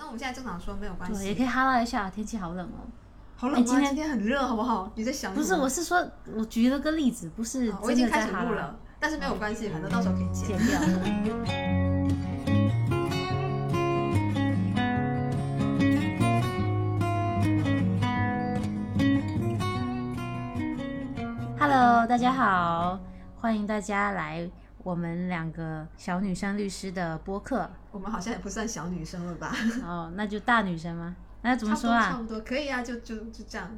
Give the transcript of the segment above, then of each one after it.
那我们现在正常说没有关系， 对，也可以哈拉一下，天气好冷哦。 好冷吗？今天很热，好不好？你在想什么？ 不是，我是说，我举了个例子，不是我已经开始哈拉录了，但是没有关系，反正到时候可以剪掉。Hello， 大家好，欢迎大家来我们两个小女生律师的播客。 我们好像也不算小女生了吧？ 哦，那就大女生吗？那怎么说啊？ 差不多可以啊，就这样。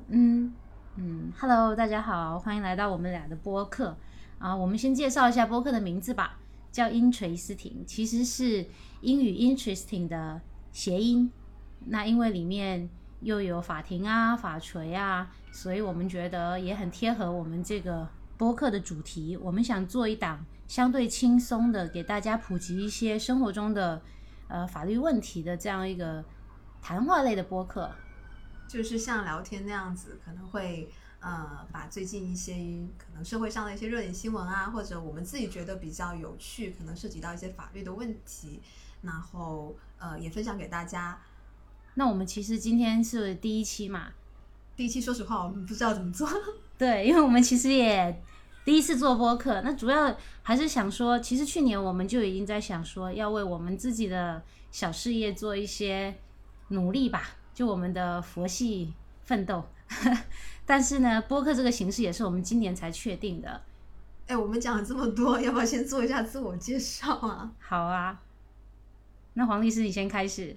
Hello， 大家好，欢迎来到我们俩的播客啊。我们先介绍一下播客的名字吧，叫 Interesting， 其实是英语 interesting 的谐音。那因为里面又有法庭啊、法锤啊，所以我们觉得也很贴合我们这个播客的主题。我们想做一档相对轻松的，给大家普及一些生活中的法律问题的这样一个谈话类的播客， 就是像聊天那样子，可能会把最近一些可能社会上的一些热点新闻啊，或者我们自己觉得比较有趣，可能涉及到一些法律的问题，然后也分享给大家。 那我们其实今天是第一期嘛， 第一期说实话我们不知道怎么做， 对，因为我们其实也第一次做播客，那主要还是想说，其实去年我们就已经在想说，要为我们自己的小事业做一些努力吧，就我们的佛系奋斗。但是呢，播客这个形式也是我们今年才确定的。 我们讲了这么多，要不要先做一下自我介绍啊？ 好啊，那黄律师你先开始。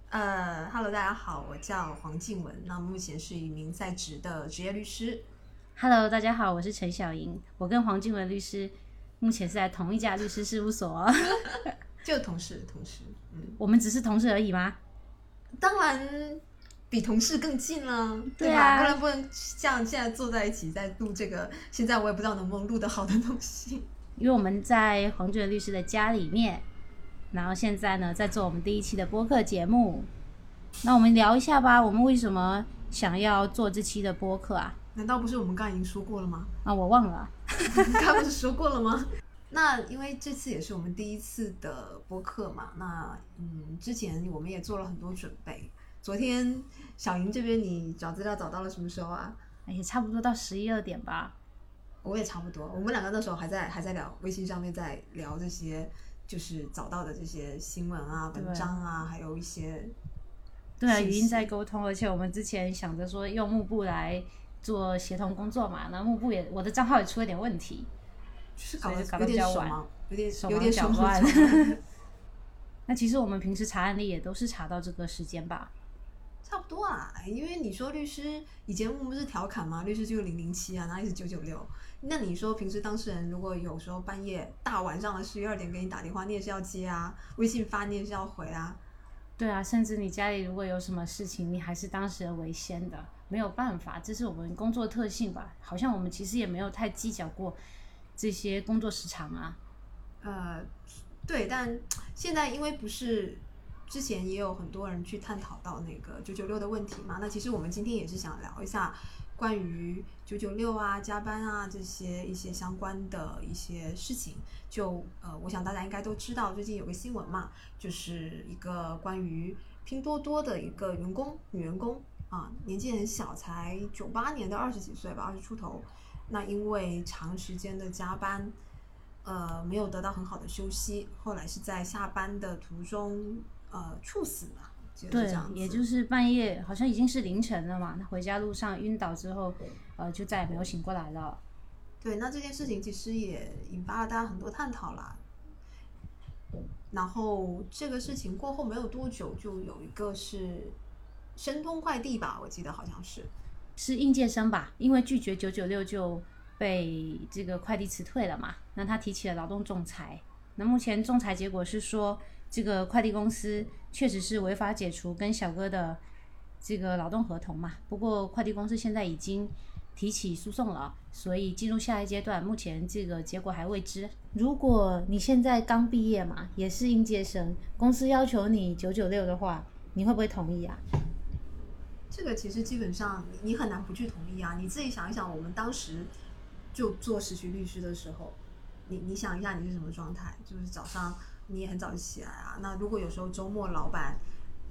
Hello， 大家好，我叫黄静雯，那目前是一名在职的职业律师。 Hello， 大家好，我是陈小莹，我跟黄静雯律师目前是在同一家律师事务所。 就同事。 我们只是同事而已吗？ 当然比同事更近了，对吧？不能像现在坐在一起在录这个，现在我也不知道能不能录得好的东西。 因为我们在黄俊律师的家里面，然后现在呢在做我们第一期的播客节目。那我们聊一下吧，我们为什么想要做这期的播客啊？ 难道不是我们刚才已经说过了吗？ 我忘了。 刚不是说过了吗？那因为这次也是我们第一次的播客嘛，那之前我们也做了很多准备。昨天小莹这边你找资料找到了什么时候啊？ 也差不多到11、2点吧。 我也差不多，我们两个那时候还在聊微信上面，在聊这些就是找到的这些新闻啊、文章啊，还有一些语音在沟通，而且我们之前想着说用幕布来做协同工作嘛，那幕布我的账号也出了点问题， 就是搞得比较晚， 有点手忙脚乱。那其实我们平时查案例也都是查到这个时间吧？ 差不多啊，因为你说律师以前我们不是调侃吗？律师就007啊，哪里是996？那你说平时当事人如果有时候半夜大晚上的11、2点给你打电话，你也是要接啊，微信发你也是要回啊。 对啊，甚至你家里如果有什么事情，你还是当事人为先的，没有办法，这是我们工作特性吧？好像我们其实也没有太计较过这些工作时长啊。 对，但现在因为不是之前也有很多人去探讨到那个996的问题嘛，那其实我们今天也是想聊一下关于996啊、加班啊这些一些相关的一些事情。就我想大家应该都知道，最近有个新闻嘛，就是一个关于拼多多的一个女员工啊，年纪很小，才98年的20几岁吧，20出头。那因为长时间的加班，没有得到很好的休息，后来是在下班的途中猝死了。 对，也就是半夜，好像已经是凌晨了嘛。他回家路上晕倒之后，就再也没有醒过来了。 对，那这件事情其实也引发了大家很多探讨啦。然后这个事情过后没有多久，就有一个是申通快递吧，我记得好像是应届生吧，因为拒绝996就被这个快递辞退了嘛。那他提起了劳动仲裁，那目前仲裁结果是说，这个快递公司确实是违法解除跟小哥的这个劳动合同嘛。不过快递公司现在已经提起诉讼了，所以进入下一阶段，目前这个结果还未知。如果你现在刚毕业嘛，也是应届生，公司要求你996的话，你会不会同意啊？ 这个其实基本上你很难不去同意啊。你自己想一想，我们当时就做实习律师的时候，你想一下你是什么状态？就是早上你也很早就起来啊。那如果有时候周末老板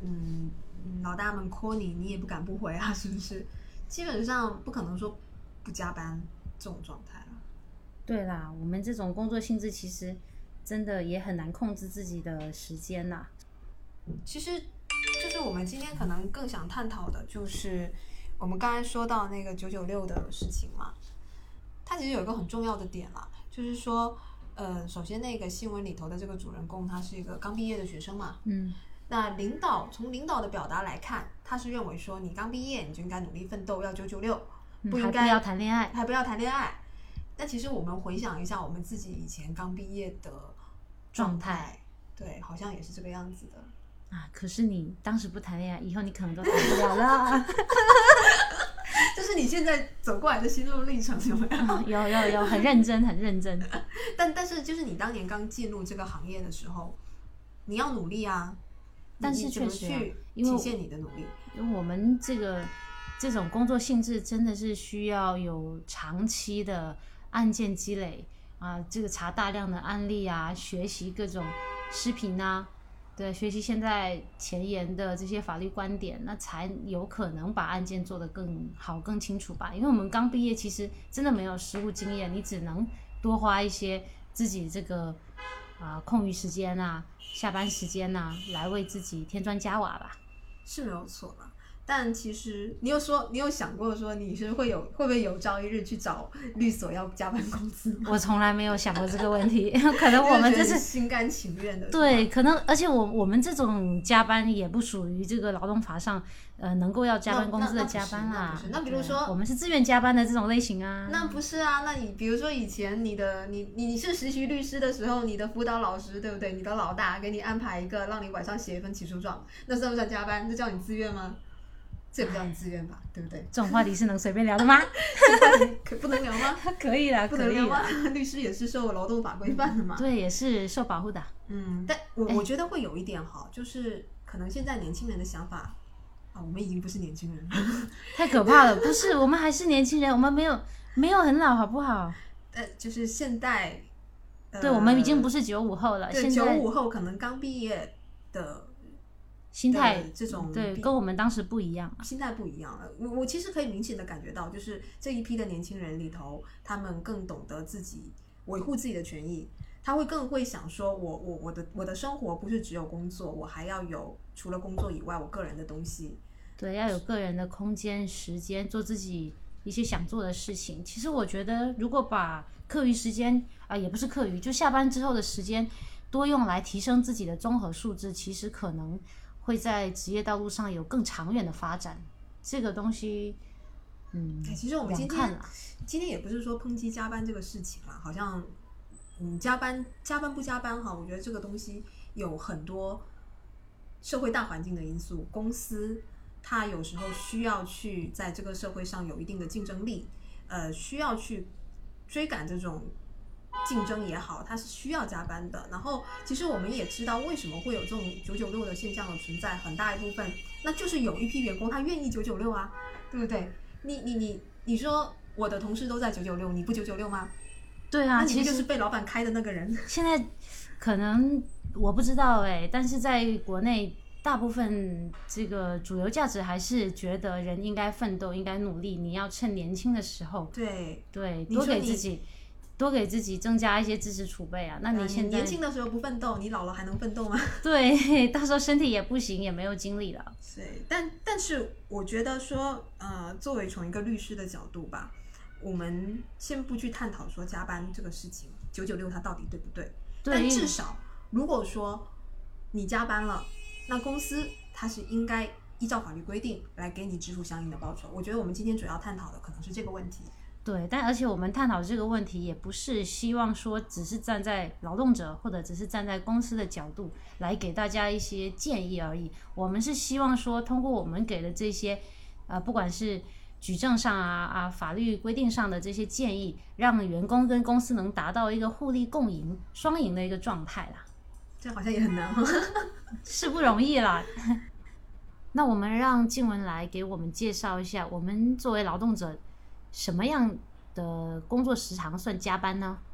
老大们 call 你，你也不敢不回啊，是不是？基本上不可能说不加班这种状态了。 对啦，我们这种工作性质其实真的也很难控制自己的时间啦。 其实就是我们今天可能更想探讨的就是我们刚才说到那个996的事情嘛，它其实有一个很重要的点啦，就是说首先那个新闻里头的这个主人公他是一个刚毕业的学生嘛，那从领导的表达来看，他是认为说你刚毕业你就应该努力奋斗，要996，不应该还不要谈恋爱， 还不要谈恋爱。但其实我们回想一下我们自己以前刚毕业的状态，对，好像也是这个样子的啊。可是你当时不谈恋爱，以后你可能都谈不了了。 这是你现在走过来的心路历程，有没有？ 有，很认真，很认真。 但是就是你当年刚进入这个行业的时候，你要努力啊。 但是确实去体现你的努力， 因为我们这种工作性质真的是需要有长期的案件积累啊，这个查大量的案例啊，学习各种视频啊，对，学习现在前沿的这些法律观点，那才有可能把案件做得更好、更清楚吧。因为我们刚毕业，其实真的没有实务经验，你只能多花一些自己这个空余时间啊、下班时间啊，来为自己添砖加瓦吧。 是没有错啦。但其实你有想过说你是会不会有朝一日去找律所要加班工资吗？ 我从来没有想过这个问题，可能我们这是心甘情愿的。 对，可能而且我们这种加班也不属于这个劳动法上能够要加班工资的加班啦。 那比如说我们是自愿加班的这种类型啊。 那不是啊，那你比如说以前你是实习律师的时候，你的辅导老师对不对？你的老大给你安排一个让你晚上写一份起诉状，那算不算加班？这叫你自愿吗？这也不叫你自愿吧，对不对？ 这种话题是能随便聊的吗？ 不能聊吗？ 可以啦， 不能聊吗？律师也是受劳动法规范的嘛。 对，也是受保护的。 但我觉得会有一点哈，就是可能现在年轻人的想法啊，我们已经不是年轻人了， 太可怕了。不是，我们还是年轻人，我们没有很老，好不好？ 就是现代， 对，我们已经不是95后了。 对，95后可能刚毕业的。 心态这种对，跟我们当时不一样， 心态不一样了。我其实可以明显的感觉到，就是这一批的年轻人里头，他们更懂得自己维护自己的权益，他更会想说我的生活不是只有工作，我还要有除了工作以外我个人的东西。 对，要有个人的空间、时间，做自己一些想做的事情。其实我觉得，如果把课余时间也不是课余，就下班之后的时间多用来提升自己的综合素质，其实可能会在职业道路上有更长远的发展。这个东西， 其实我们今天也不是说抨击加班这个事情啦，好像加班不加班哈，我觉得这个东西有很多社会大环境的因素，公司它有时候需要去在这个社会上有一定的竞争力，需要去追赶这种竞争也好，它是需要加班的。然后其实我们也知道为什么会有这种996的现象的存在，很大一部分那就是有一批员工他愿意996啊，对不对？你说我的同事都在996，你不996吗？ 对啊， 那你就是被老板开的那个人。 现在可能我不知道但是在国内大部分这个主流价值还是觉得人应该奋斗，应该努力，你要趁年轻的时候， 对， 多给自己增加一些知识储备啊。那你现在年轻的时候不奋斗，你老了还能奋斗吗？ 对，到时候身体也不行，也没有精力了。 对，但是我觉得说，作为从一个律师的角度吧，我们先不去探讨说加班这个事情，996它到底对不对？ 对， 但至少如果说你加班了，那公司它是应该依照法律规定来给你支付相应的报酬。我觉得我们今天主要探讨的可能是这个问题。 对，但而且我们探讨这个问题也不是希望说只是站在劳动者或者只是站在公司的角度来给大家一些建议而已。我们是希望说通过我们给的这些不管是举证上法律规定上的这些建议，让员工跟公司能达到一个互利共赢、双赢的一个状态啦。 这好像也很难是不容易啦。那我们让静文来给我们介绍一下，我们作为劳动者什么样的工作时长算加班呢？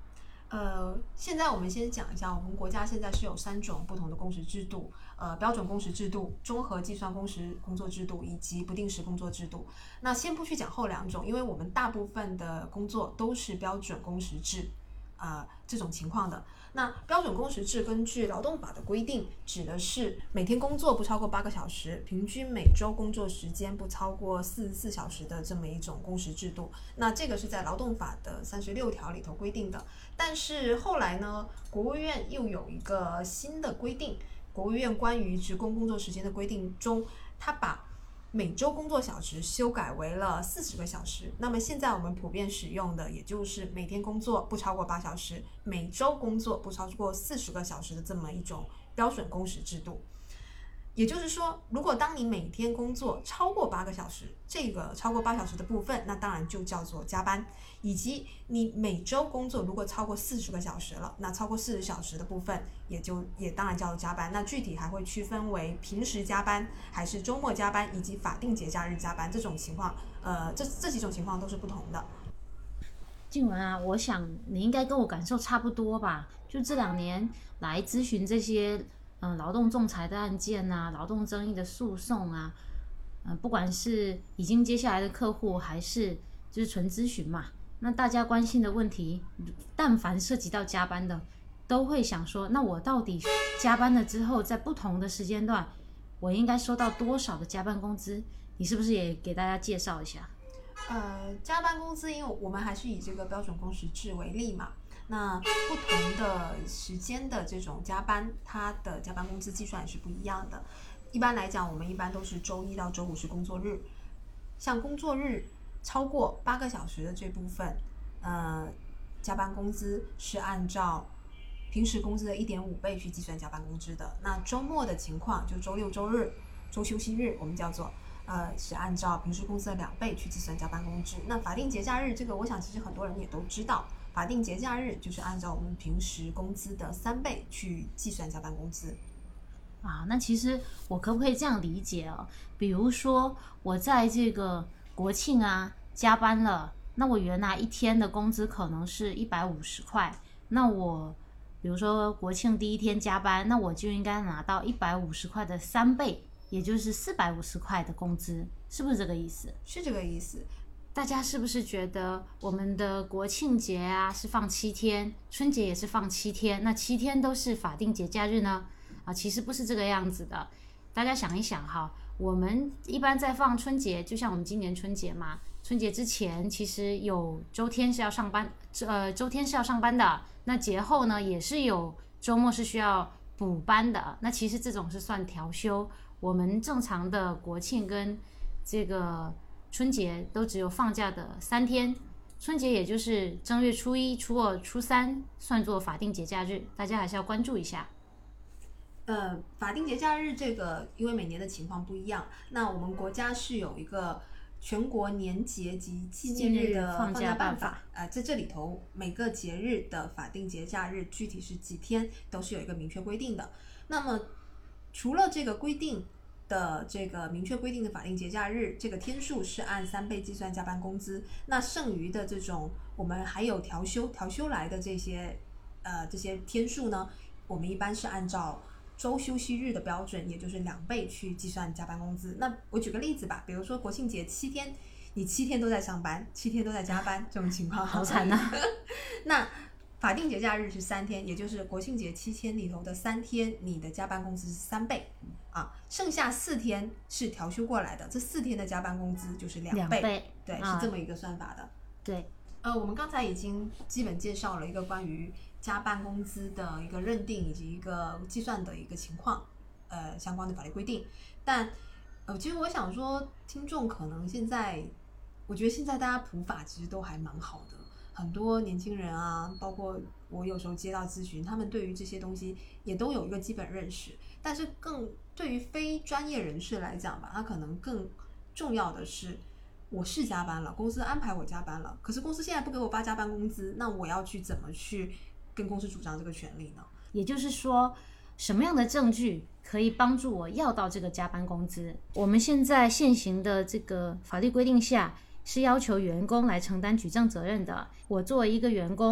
现在我们先讲一下，我们国家现在是有3种不同的工时制度，标准工时制度、综合计算工时工作制度以及不定时工作制度。那先不去讲后2种，因为我们大部分的工作都是标准工时制，这种情况的。那标准工时制根据劳动法的规定，指的是每天工作不超过8个小时，平均每周工作时间不超过44小时的这么一种工时制度。那这个是在劳动法的36条里头规定的。但是后来呢，国务院又有一个新的规定，国务院关于职工工作时间的规定中，它把每周工作小时修改为了40个小时。那么现在我们普遍使用的，也就是每天工作不超过8小时，每周工作不超过40个小时的这么一种标准工时制度。也就是说，如果当你每天工作超过8个小时，这个超过8小时的部分，那当然就叫做加班。以及你每周工作如果超过40个小时了，那超过40小时的部分也当然叫做加班。那具体还会区分为平时加班还是周末加班以及法定节假日加班这种情况，这几种情况都是不同的。 静文啊，我想你应该跟我感受差不多吧？就这2年来咨询这些劳动仲裁的案件啊，劳动争议的诉讼啊，不管是已经接下来的客户还是就是纯咨询嘛，那大家关心的问题，但凡涉及到加班的，都会想说，那我到底加班了之后，在不同的时间段，我应该收到多少的加班工资？你是不是也给大家介绍一下？ 加班工资，因为我们还是以这个标准工时制为例嘛，那不同的时间的这种加班，它的加班工资计算也是不一样的。一般来讲，我们一般都是周1到周5是工作日，像工作日超过8个小时的这部分，加班工资是按照平时工资的1.5倍去计算加班工资的。那周末的情况，就周6、周日、周休息日，我们叫做是按照平时工资的2倍去计算加班工资。那法定节假日这个，我想其实很多人也都知道，法定节假日就是按照我们平时工资的3倍去计算加班工资。 那其实我可不可以这样理解哦？比如说我在这个国庆啊加班了，那我原来1天的工资可能是150块，那我比如说国庆第1天加班，那我就应该拿到150块的3倍，也就是450块的工资，是不是这个意思？ 是这个意思。 大家是不是觉得我们的国庆节啊是放7天，春节也是放7天，那7天都是法定节假日呢？其实不是这个样子的。大家想一想哈，我们一般在放春节，就像我们今年春节嘛，春节之前其实有周天是要上班，周天是要上班的。那节后呢，也是有周末是需要补班的。那其实这种是算调休。我们正常的国庆跟这个春节都只有放假的3天，春节也就是正月初1、初2、初3算作法定节假日，大家还是要关注一下。 法定节假日这个，因为每年的情况不一样，那我们国家是有一个全国年节及纪念日的放假办法，在这里头每个节日的法定节假日具体是几天，都是有一个明确规定的。那么除了这个规定的这个明确规定的法定节假日，这个天数是按3倍计算加班工资，那剩余的这种我们还有调休来的这些天数呢，我们一般是按照周休息日的标准，也就是2倍去计算加班工资。那我举个例子吧，比如说国庆节7天，你7天都在上班，7天都在加班，这种情况好惨啊。 那法定节假日是3天，也就是国庆节7天里头的3天，你的加班工资是3倍剩下4天是调休过来的，这4天的加班工资就是2倍。对，是这么一个算法的。 对， 我们刚才已经基本介绍了一个关于加班工资的一个认定以及一个计算的一个情况，相关的法律规定。但其实我想说，听众可能我觉得现在大家普法其实都还蛮好的，很多年轻人啊，包括我有时候接到咨询，他们对于这些东西也都有一个基本认识。但是更对于非专业人士来讲吧，他可能更重要的是，我是加班了，公司安排我加班了，可是公司现在不给我发加班工资，那我要去怎么去跟公司主张这个权利呢？ 也就是说，什么样的证据可以帮助我要到这个加班工资？我们现在现行的这个法律规定下，是要求员工来承担举证责任的。我作为一个员工，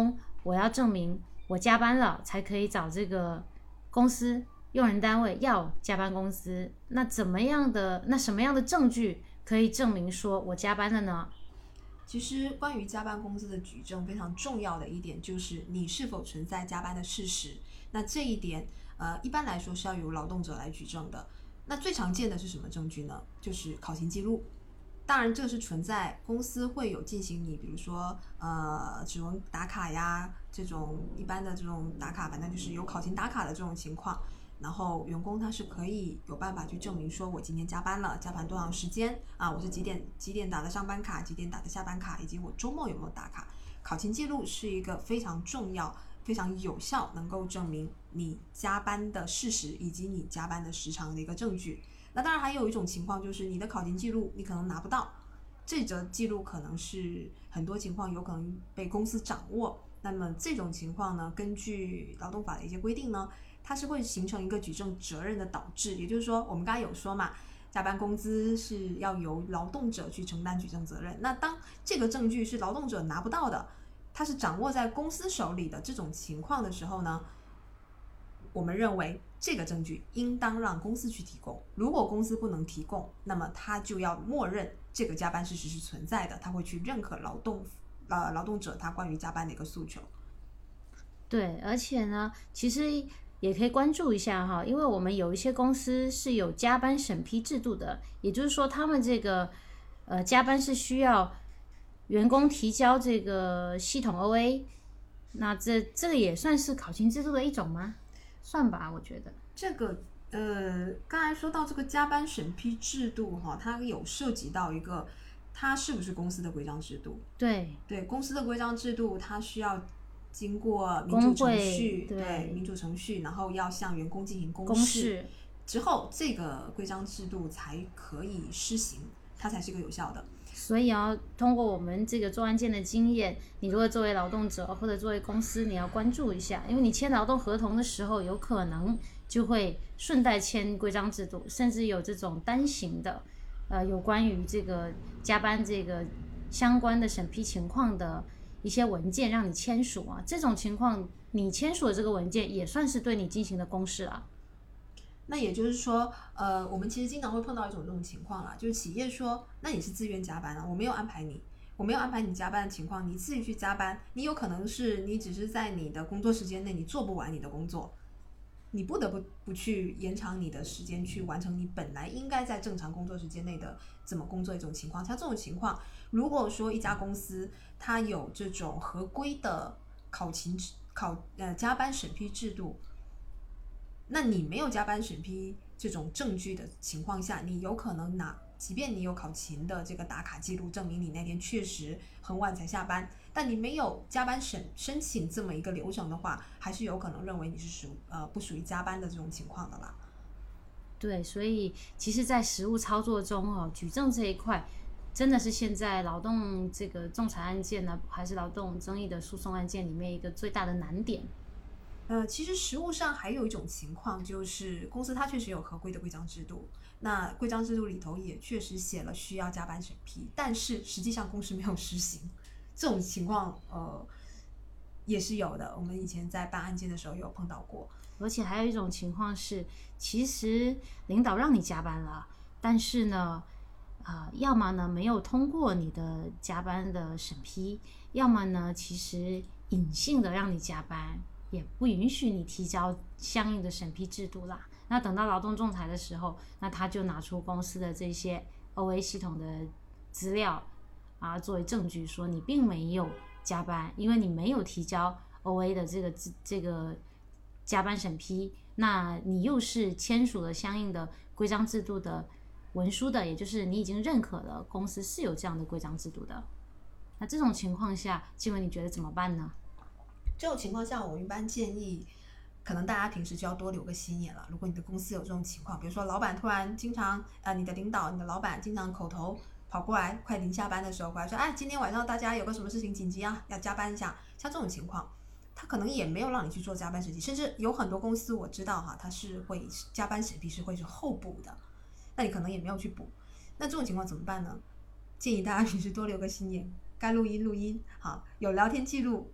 我要证明我加班了，才可以找这个公司用人单位要加班工资。那什么样的证据可以证明说我加班了呢？ 其实关于加班工资的举证，非常重要的一点就是你是否存在加班的事实。那这一点，一般来说是要由劳动者来举证的。那最常见的是什么证据呢？就是考勤记录。当然，这个是存在公司会有进行你，比如说指纹打卡呀，这种一般的这种打卡，反正就是有考勤打卡的这种情况。然后员工他是可以有办法去证明说，我今天加班了，加班多长时间啊？我是几点打的上班卡，几点打的下班卡，以及我周末有没有打卡？考勤记录是一个非常重要、非常有效，能够证明你加班的事实以及你加班的时长的一个证据。那当然还有一种情况就是你的考勤记录你可能拿不到，这则记录可能是很多情况有可能被公司掌握。那么这种情况呢，根据劳动法的一些规定呢，它是会形成一个举证责任的导致。也就是说，我们刚才有说嘛，加班工资是要由劳动者去承担举证责任。那当这个证据是劳动者拿不到的，它是掌握在公司手里的这种情况的时候呢，我们认为这个证据应当让公司去提供。如果公司不能提供，那么他就要默认这个加班事实是存在的，他会去认可劳动者他关于加班的一个诉求。 对，而且呢，其实也可以关注一下哈，因为我们有一些公司是有加班审批制度的，也就是说，他们这个加班是需要员工提交这个系统 OA， 那这个也算是考勤制度的一种吗？算吧，我觉得这个刚才说到这个加班审批制度哈，它有涉及到一个，它是不是公司的规章制度？ 对， 公司的规章制度，它需要经过民主程序， 对民主程序，然后要向员工进行公示之后，这个规章制度才可以施行，它才是个有效的。 所以要通过我们这个做案件的经验，你如果作为劳动者或者作为公司，你要关注一下，因为你签劳动合同的时候，有可能就会顺带签规章制度，甚至有这种单行的，有关于这个加班这个相关的审批情况的一些文件让你签署啊。这种情况，你签署的这个文件也算是对你进行的公示啊。 那也就是说，我们其实经常会碰到一种这种情况啦，就是企业说，那你是自愿加班啊，我没有安排你加班的情况，你自己去加班，你有可能是你只是在你的工作时间内你做不完你的工作，你不得不去延长你的时间去完成你本来应该在正常工作时间内的这么工作一种情况。像这种情况，如果说一家公司它有这种合规的加班审批制度，那你没有加班审批这种证据的情况下，你有可能即便你有考勤的这个打卡记录，证明你那天确实很晚才下班，但你没有加班申请这么一个流程的话，还是有可能认为你是不属于加班的这种情况的啦。 对，所以其实，在实务操作中哦，举证这一块真的是现在劳动这个仲裁案件呢，还是劳动争议的诉讼案件里面一个最大的难点。 其实实务上还有一种情况，就是公司它确实有合规的规章制度，那规章制度里头也确实写了需要加班审批，但是实际上公司没有实行，这种情况也是有的。我们以前在办案件的时候有碰到过。 而且还有一种情况是，其实领导让你加班了，但是呢，要么呢没有通过你的加班的审批，要么呢其实隐性的让你加班，也不允许你提交相应的审批制度啦。那等到劳动仲裁的时候，那他就拿出公司的这些 OA 系统的资料作为证据，说你并没有加班，因为你没有提交 OA 的这个加班审批，那你又是签署了相应的规章制度的文书的，也就是你已经认可了公司是有这样的规章制度的。那这种情况下，静文你觉得怎么办呢？ 这种情况下，我一般建议，可能大家平时就要多留个心眼了。如果你的公司有这种情况，比如说老板突然经常你的领导、你的老板经常口头跑过来，快临下班的时候过来说，今天晚上大家有个什么事情紧急啊，要加班一下。像这种情况，他可能也没有让你去做加班审批，甚至有很多公司我知道哈，他是会加班审批是会是后补的，那你可能也没有去补。那这种情况怎么办呢？建议大家平时多留个心眼，该录音，好，有聊天记录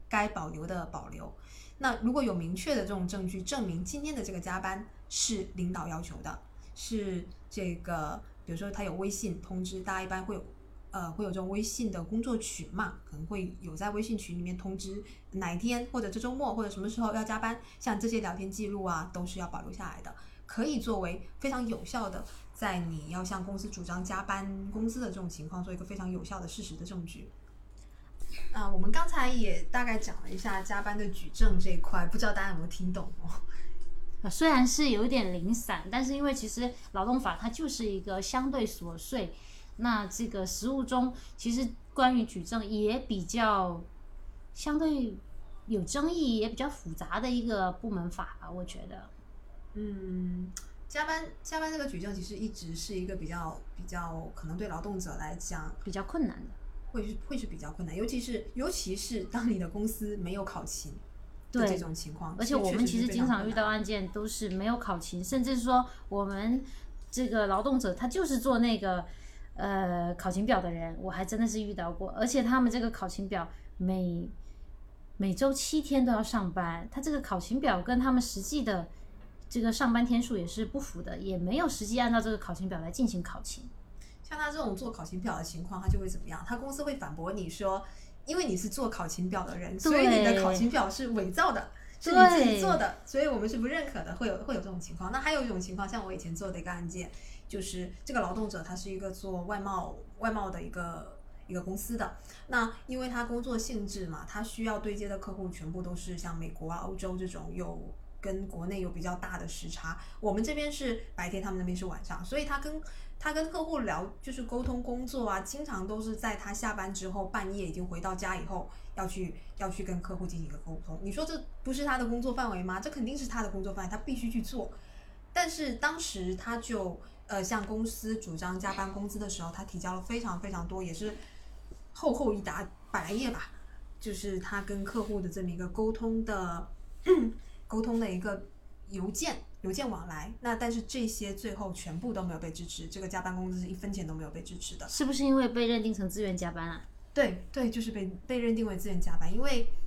该保留的保留。那如果有明确的这种证据证明今天的这个加班是领导要求的，是这个比如说他有微信通知，大家一般会有这种微信的工作群嘛，可能会有在微信群里面通知哪一天或者这周末或者什么时候要加班，像这些聊天记录啊都是要保留下来的，可以作为非常有效的在你要向公司主张加班工资的这种情况做一个非常有效的事实的证据。我们刚才也大概讲了一下加班的举证这一块，不知道大家有没有听懂哦？ 虽然是有点零散，但是因为其实劳动法它就是一个相对琐碎，那这个实务中其实关于举证也比较相对有争议，也比较复杂的一个部门法吧，我觉得。 加班这个举证其实一直是一个比较可能对劳动者来讲比较困难的。 会是比较困难，尤其是当你的公司没有考勤的这种情况， 而且我们其实经常遇到案件都是没有考勤，甚至说我们这个劳动者他就是做那个考勤表的人，我还真的是遇到过，而且他们这个考勤表每周7天都要上班，他这个考勤表跟他们实际的这个上班天数也是不符的，也没有实际按照这个考勤表来进行考勤。 像他这种做考勤表的情况，他就会怎么样？他公司会反驳你说，因为你是做考勤表的人，所以你的考勤表是伪造的，是你自己做的，所以我们是不认可的，会有这种情况。那还有一种情况，像我以前做的一个案件，就是这个劳动者他是一个做外贸的一个公司的，那因为他工作性质嘛，他需要对接的客户全部都是像美国啊、欧洲这种跟国内有比较大的时差，我们这边是白天，他们那边是晚上，所以他跟客户聊就是沟通工作啊，经常都是在他下班之后半夜已经回到家以后要去跟客户进行一个沟通。你说这不是他的工作范围吗？这肯定是他的工作范围，他必须去做。但是当时他就向公司主张加班工资的时候，他提交了非常非常多，也是厚一沓100来页吧，就是他跟客户的这么一个沟通的一个邮件往来。那但是这些最后全部都没有被支持，这个加班工资是1分钱都没有被支持的。 是不是因为被认定成自愿加班啊？ 对，就是被认定为自愿加班，因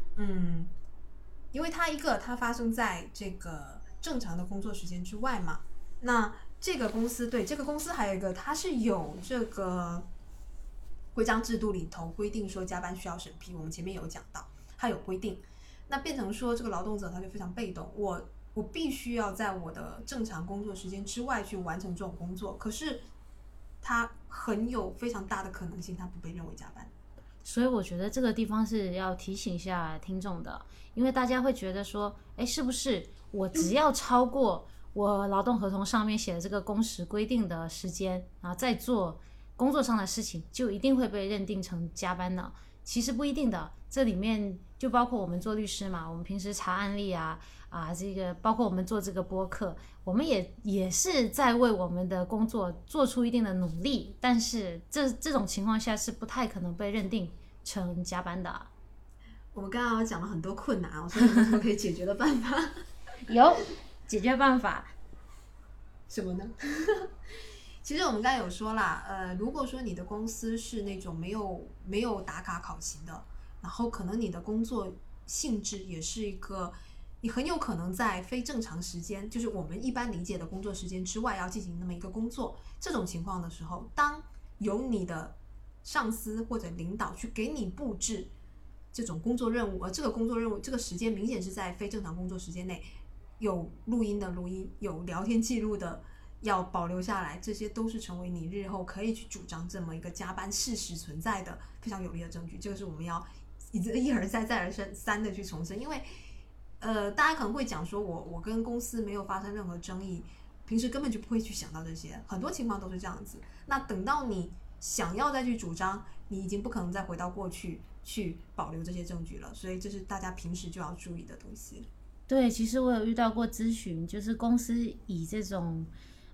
为它发生在这个正常的工作时间之外嘛。那这个公司还有一个，它是有这个规章制度里头规定说加班需要审批，我们前面有讲到，它有规定。那变成说这个劳动者他就非常被动，我必须要在我的正常工作时间之外去完成这种工作，可是他很有非常大的可能性他不被认为加班。 所以我觉得这个地方是要提醒一下听众的，因为大家会觉得说，是不是我只要超过我劳动合同上面写的这个工时规定的时间，然后再做工作上的事情，就一定会被认定成加班呢？其实不一定的，这里面就包括我们做律师嘛，我们平时查案例这个包括我们做这个播客，我们也是在为我们的工作做出一定的努力，但是这种情况下是不太可能被认定成加班的。 我们刚刚讲了很多困难，所以有什么可以解决的办法？ 有解决办法， 什么呢？其实我们刚才有说啦，如果说你的公司是那种没有打卡考勤的，然后可能你的工作性质也是一个，你很有可能在非正常时间，就是我们一般理解的工作时间之外要进行那么一个工作，这种情况的时候，当由你的上司或者领导去给你布置这种工作任务，而这个工作任务这个时间明显是在非正常工作时间内，有录音的录音，有聊天记录的要保留下来，这些都是成为你日后可以去主张这么一个加班事实存在的非常有力的证据。这个是我们要一而再再而三的去重申，因为大家可能会讲说我跟公司没有发生任何争议，平时根本就不会去想到这些，很多情况都是这样子。那等到你想要再去主张，你已经不可能再回到过去去保留这些证据了，所以这是大家平时就要注意的东西。 对，其实我有遇到过咨询，就是公司以这种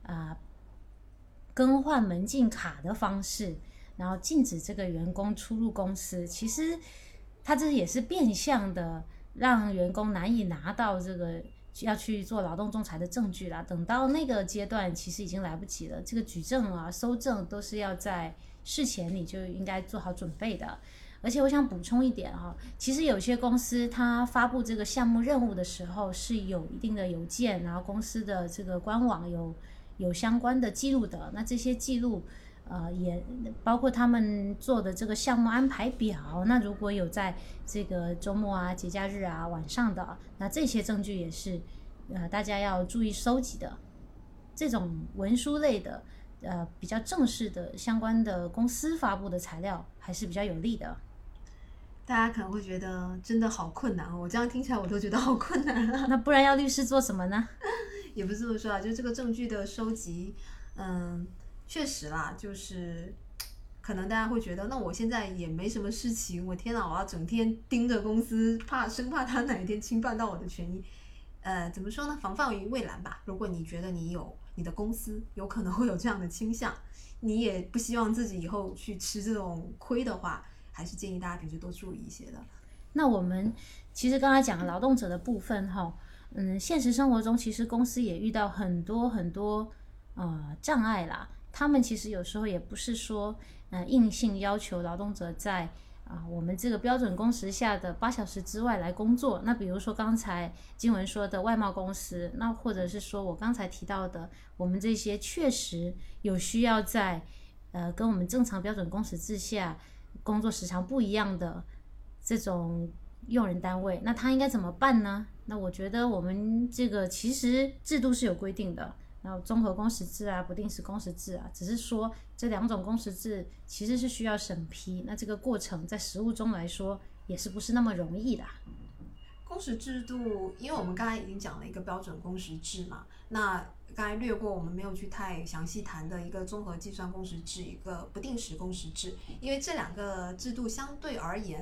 更换门禁卡的方式，然后禁止这个员工出入公司，其实他这也是变相的让员工难以拿到这个要去做劳动仲裁的证据啦。等到那个阶段其实已经来不及了，这个举证搜证都是要在事前你就应该做好准备的。 而且我想补充一点其实有些公司它发布这个项目任务的时候是有一定的邮件，然后公司的这个官网有相关的记录的。那这些记录也包括他们做的这个项目安排表。那如果有在这个周末啊、节假日啊、晚上的，那这些证据也是大家要注意收集的。这种文书类的比较正式的相关的公司发布的材料还是比较有利的。 大家可能会觉得真的好困难我这样听起来我都觉得好困难那不然要律师做什么呢？ 也不是这么说就是这个证据的收集，确实啦，就是可能大家会觉得，那我现在也没什么事情，我天哪，我要整天盯着公司，生怕他哪一天侵犯到我的权益。怎么说呢？防范于未然吧。如果你觉得你的公司有可能会有这样的倾向，你也不希望自己以后去吃这种亏的话，还是建议大家平时多注意一些的。 那我们其实刚才讲劳动者的部分现实生活中其实公司也遇到很多很多障碍啦。他们其实有时候也不是说硬性要求劳动者在我们这个标准工时下的8小时之外来工作。那比如说刚才经文说的外贸公司，那或者是说我刚才提到的我们这些确实有需要在跟我们正常标准工时制下工作时长不一样的这种用人单位，那他应该怎么办呢？那我觉得我们这个其实制度是有规定的，然后综合工时制啊、不定时工时制啊，只是说这2种工时制其实是需要审批，那这个过程在实务中来说也是不是那么容易的。 工时制度，因为我们刚才已经讲了一个标准工时制嘛，那刚才略过我们没有去太详细谈的一个综合计算工时制，一个不定时工时制，因为这2个制度相对而言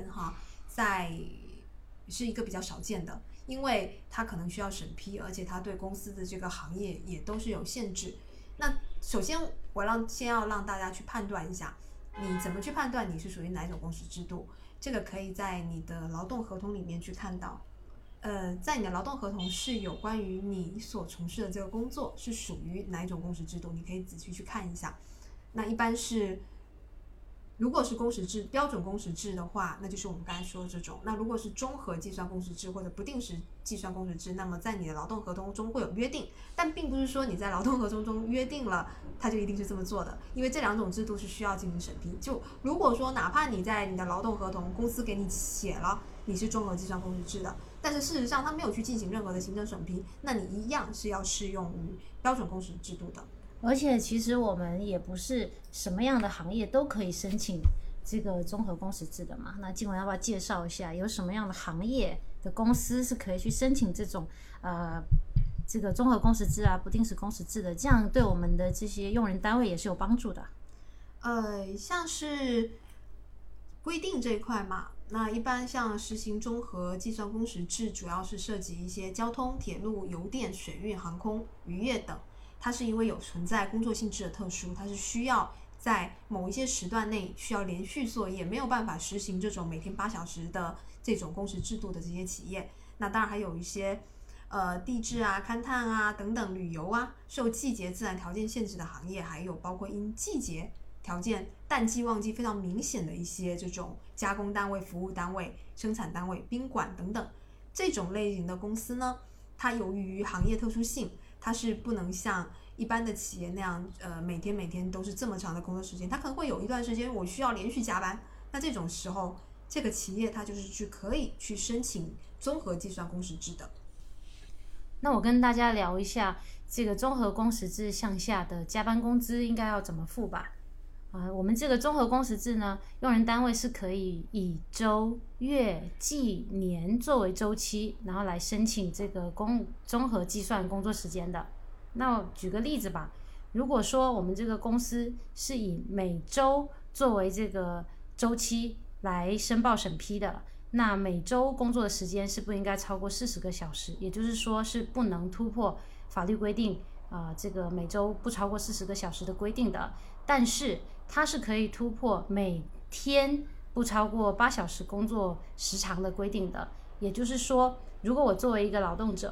是一个比较少见的，因为它可能需要审批，而且它对公司的这个行业也都是有限制。那首先先要让大家去判断一下，你怎么去判断你是属于哪一种工时制度，这个可以在你的劳动合同里面去看到。在你的劳动合同是有关于你所从事的这个工作是属于哪一种工时制度，你可以仔细去看一下。那一般是如果是工时制标准工时制的话，那就是我们刚才说的这种。那如果是综合计算工时制或者不定时计算工时制，那么在你的劳动合同中会有约定，但并不是说你在劳动合同中约定了它就一定是这么做的，因为这2种制度是需要进行审批。就如果说哪怕你在你的劳动合同公司给你写了你是综合计算工时制的，但是事实上他没有去进行任何的行政审批，那你一样是要适用于标准工时制度的。 而且其实我们也不是什么样的行业都可以申请这个综合工时制的嘛。那静文要不要介绍一下有什么样的行业的公司是可以去申请这种这个综合工时制啊、不定时工时制的，这样对我们的这些用人单位也是有帮助的。 像是规定这一块嘛，那一般像实行综合计算工时制，主要是涉及一些交通、铁路、邮电、水运、航空、渔业等。它是因为有存在工作性质的特殊，它是需要在某一些时段内需要连续作业，没有办法实行这种每天8小时的这种工时制度的这些企业。那当然还有一些地质啊、勘探啊等等，旅游啊，受季节自然条件限制的行业，还有包括因季节条件淡季旺季非常明显的一些这种加工单位、服务单位、生产单位、宾馆等等这种类型的公司呢，它由于行业特殊性，它是不能像一般的企业那样每天都是这么长的工作时间，它可能会有一段时间我需要连续加班，那这种时候这个企业它就是可以去申请综合计算工时制的。 那我跟大家聊一下这个综合工时制项下的加班工资应该要怎么付吧。我们这个综合工时制呢，用人单位是可以以周、月、季、年作为周期，然后来申请这个综合计算工作时间的。那举个例子吧，如果说我们这个公司是以每周作为这个周期来申报审批的，那每周工作的时间是不应该超过40个小时，也就是说是不能突破法律规定这个每周不超过40个小时的规定的。但是它是可以突破每天不超过8小时工作时长的规定的。也就是说，如果我作为一个劳动者，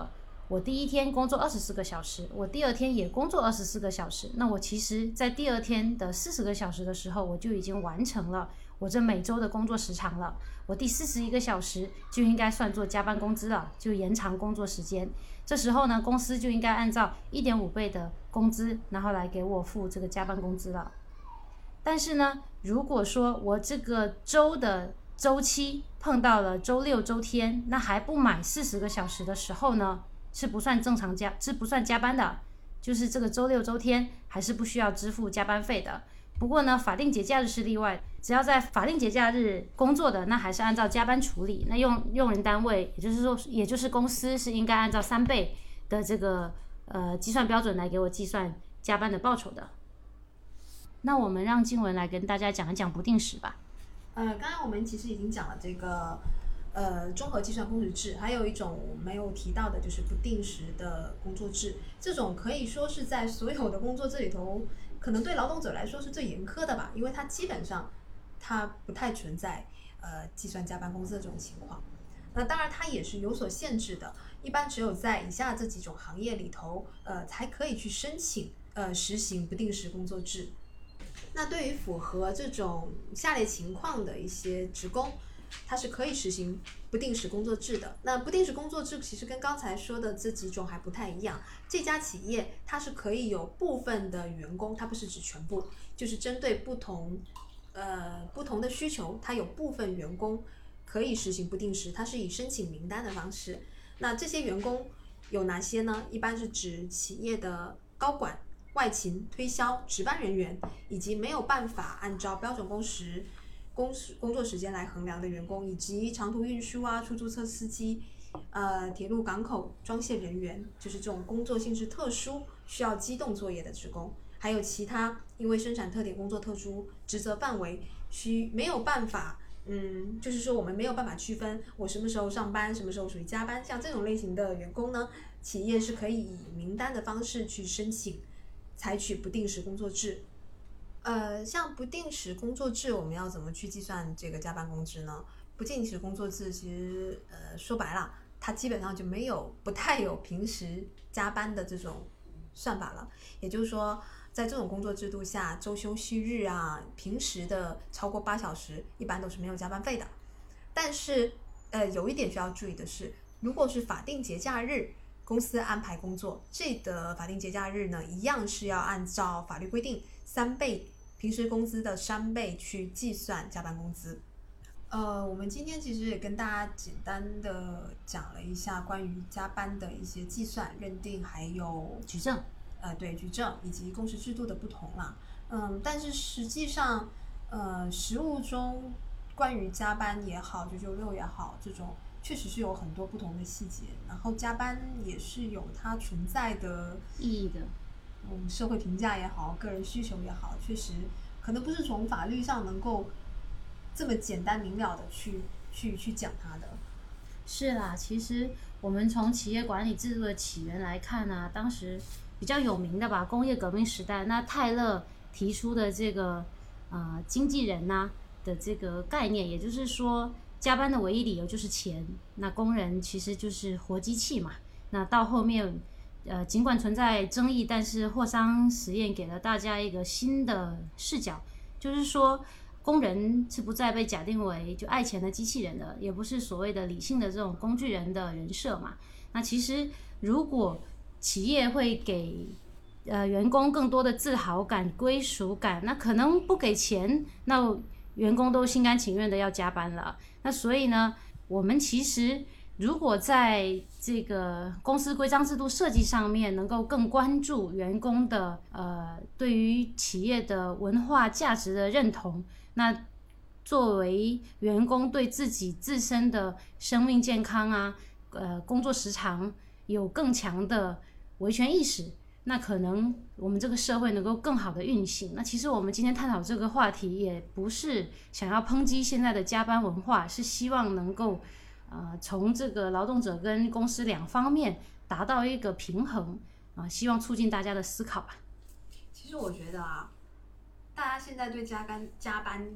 我第一天工作24个小时，我第二天也工作24个小时，那我其实在第二天的40个小时的时候，我就已经完成了我这每周的工作时长了。我第41个小时就应该算作加班工资了，就延长工作时间。这时候呢，公司就应该按照1.5倍的工资，然后来给我付这个加班工资了。但是呢，如果说我这个周的周期碰到了周六周天，那还不满40个小时的时候呢，是不算加班的，就是这个周六周天还是不需要支付加班费的。不过呢，法定节假日是例外，只要在法定节假日工作的，那还是按照加班处理。那用人单位，也就是公司是应该按照3倍的这个计算标准来给我计算加班的报酬的。那我们让静文来跟大家讲一讲不定时吧。 刚才我们其实已经讲了这个综合计算工时制，还有一种我没有提到的就是不定时的工作制。这种可以说是在所有的工作制里头，可能对劳动者来说是最严苛的吧，因为它基本上它不太存在计算加班工资的这种情况。那当然它也是有所限制的，一般只有在以下这几种行业里头才可以去申请实行不定时工作制。那对于符合这种下列情况的一些职工，它是可以实行不定时工作制的。那不定时工作制其实跟刚才说的这几种还不太一样，这家企业它是可以有部分的员工，它不是指全部，就是针对不同的需求，它有部分员工可以实行不定时，它是以申请名单的方式。那这些员工有哪些呢？一般是指企业的高管、外勤、推销、值班人员，以及没有办法按照标准工作时间来衡量的员工，以及长途运输啊、出租车司机、铁路港口装卸人员，就是这种工作性质特殊、需要机动作业的职工，还有其他因为生产特点、工作特殊、职责范围没有办法。就是说我们没有办法区分我什么时候上班，什么时候属于加班，像这种类型的员工呢，企业是可以以名单的方式去申请采取不定时工作制。像不定时工作制，我们要怎么去计算这个加班工资呢？不定时工作制其实说白了，它基本上就不太有平时加班的这种算法了。也就是说，在这种工作制度下，周休息日啊，平时的超过8小时，一般都是没有加班费的。但是有一点需要注意的是，如果是法定节假日，公司安排工作，这的法定节假日呢，一样是要按照法律规定3倍平时工资的3倍去计算加班工资。我们今天其实也跟大家简单的讲了一下关于加班的一些计算、认定，还有举证。 对，举证以及工时制度的不同啦。但是实际上，实务中关于加班也好，996也好，这种确实是有很多不同的细节。然后加班也是有它存在的意义的。 社会评价也好，个人需求也好，确实可能不是从法律上能够这么简单明了的去讲它的。 是啦，其实我们从企业管理制度的起源来看呢，当时比较有名的吧，工业革命时代，那泰勒提出的这个经纪人的这个概念，也就是说加班的唯一理由就是钱，那工人其实就是活机器嘛。那到后面尽管存在争议，但是霍桑实验给了大家一个新的视角，就是说工人是不再被假定为就爱钱的机器人的，也不是所谓的理性的这种工具人的人设嘛。那其实如果企业会给员工更多的自豪感、归属感，那可能不给钱，那员工都心甘情愿的要加班了。那所以呢，我们其实如果在这个公司规章制度设计上面能够更关注员工的对于企业的文化价值的认同，那作为员工对自身的生命健康工作时长有更强的维权意识，那可能我们这个社会能够更好的运行。那其实我们今天探讨这个话题，也不是想要抨击现在的加班文化，是希望能够从这个劳动者跟公司两方面达到一个平衡希望促进大家的思考吧。 其实我觉得大家现在对加班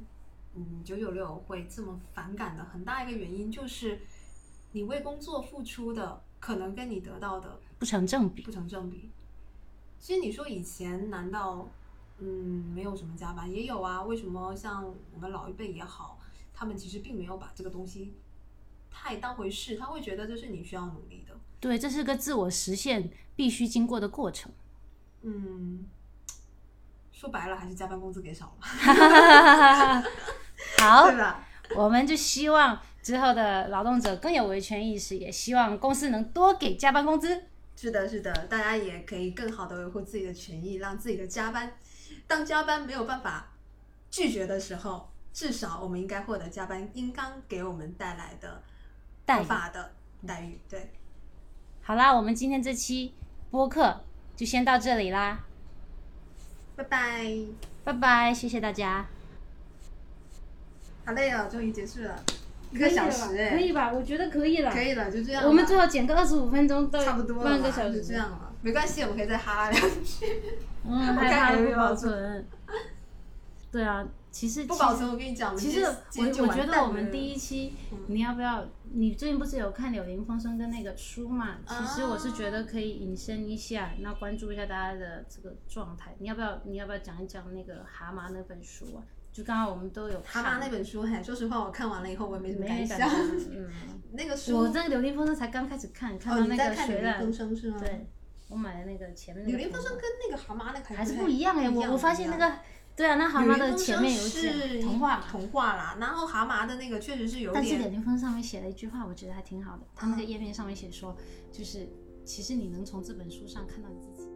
996会这么反感的很大一个原因，就是你为工作付出的可能跟你得到的不成正比。 其实你说以前难道没有什么加班？也有啊。为什么像我们老一辈也好，他们其实并没有把这个东西太当回事，他会觉得这是你需要努力的。 对，这是个自我实现必须经过的过程。 说白了还是加班工资给少了。 好， 对吧？ 我们就希望之后的劳动者更有维权意识，也希望公司能多给加班工资。 是的，是的，大家也可以更好的维护自己的权益，让自己的加班，当加班没有办法拒绝的时候，至少我们应该获得加班应当给我们带来的合法的待遇。对， 好啦，我们今天这期播客就先到这里啦， 拜拜， 拜拜，谢谢大家。 好累哦，终于结束了，1个小时哎， 可以吧？我觉得可以了， 可以了，就这样吧。 我们最好剪个25分钟到差不多了， 半个小时， 就这样了，没关系，我们可以再哈两句。 害怕不保存。对啊，其实不保存，我跟你讲， 其实我觉得我们第一期，你要不要？你最近不是有看《柳林风声》跟那个书嘛？其实我是觉得可以引申一下，那关注一下大家的这个状态。你要不要讲一讲那个蛤蟆那本书啊？就刚刚我们都有看蛤蟆那本书，说实话，我看完了以后我也没什么感想。那个书， 我这个《柳林风声》才刚开始看到那个看《柳林风声》是吗？ 对，我买的那个前面那个。柳林风声跟那个蛤蟆那个还是不一样哎，我发现那个。对啊，那蛤蟆的前面有写童话啦，然后蛤蟆的那个确实是有点。 但是柳林风上面写了一句话，我觉得还挺好的。他那个页面上面写说，就是其实你能从这本书上看到你自己。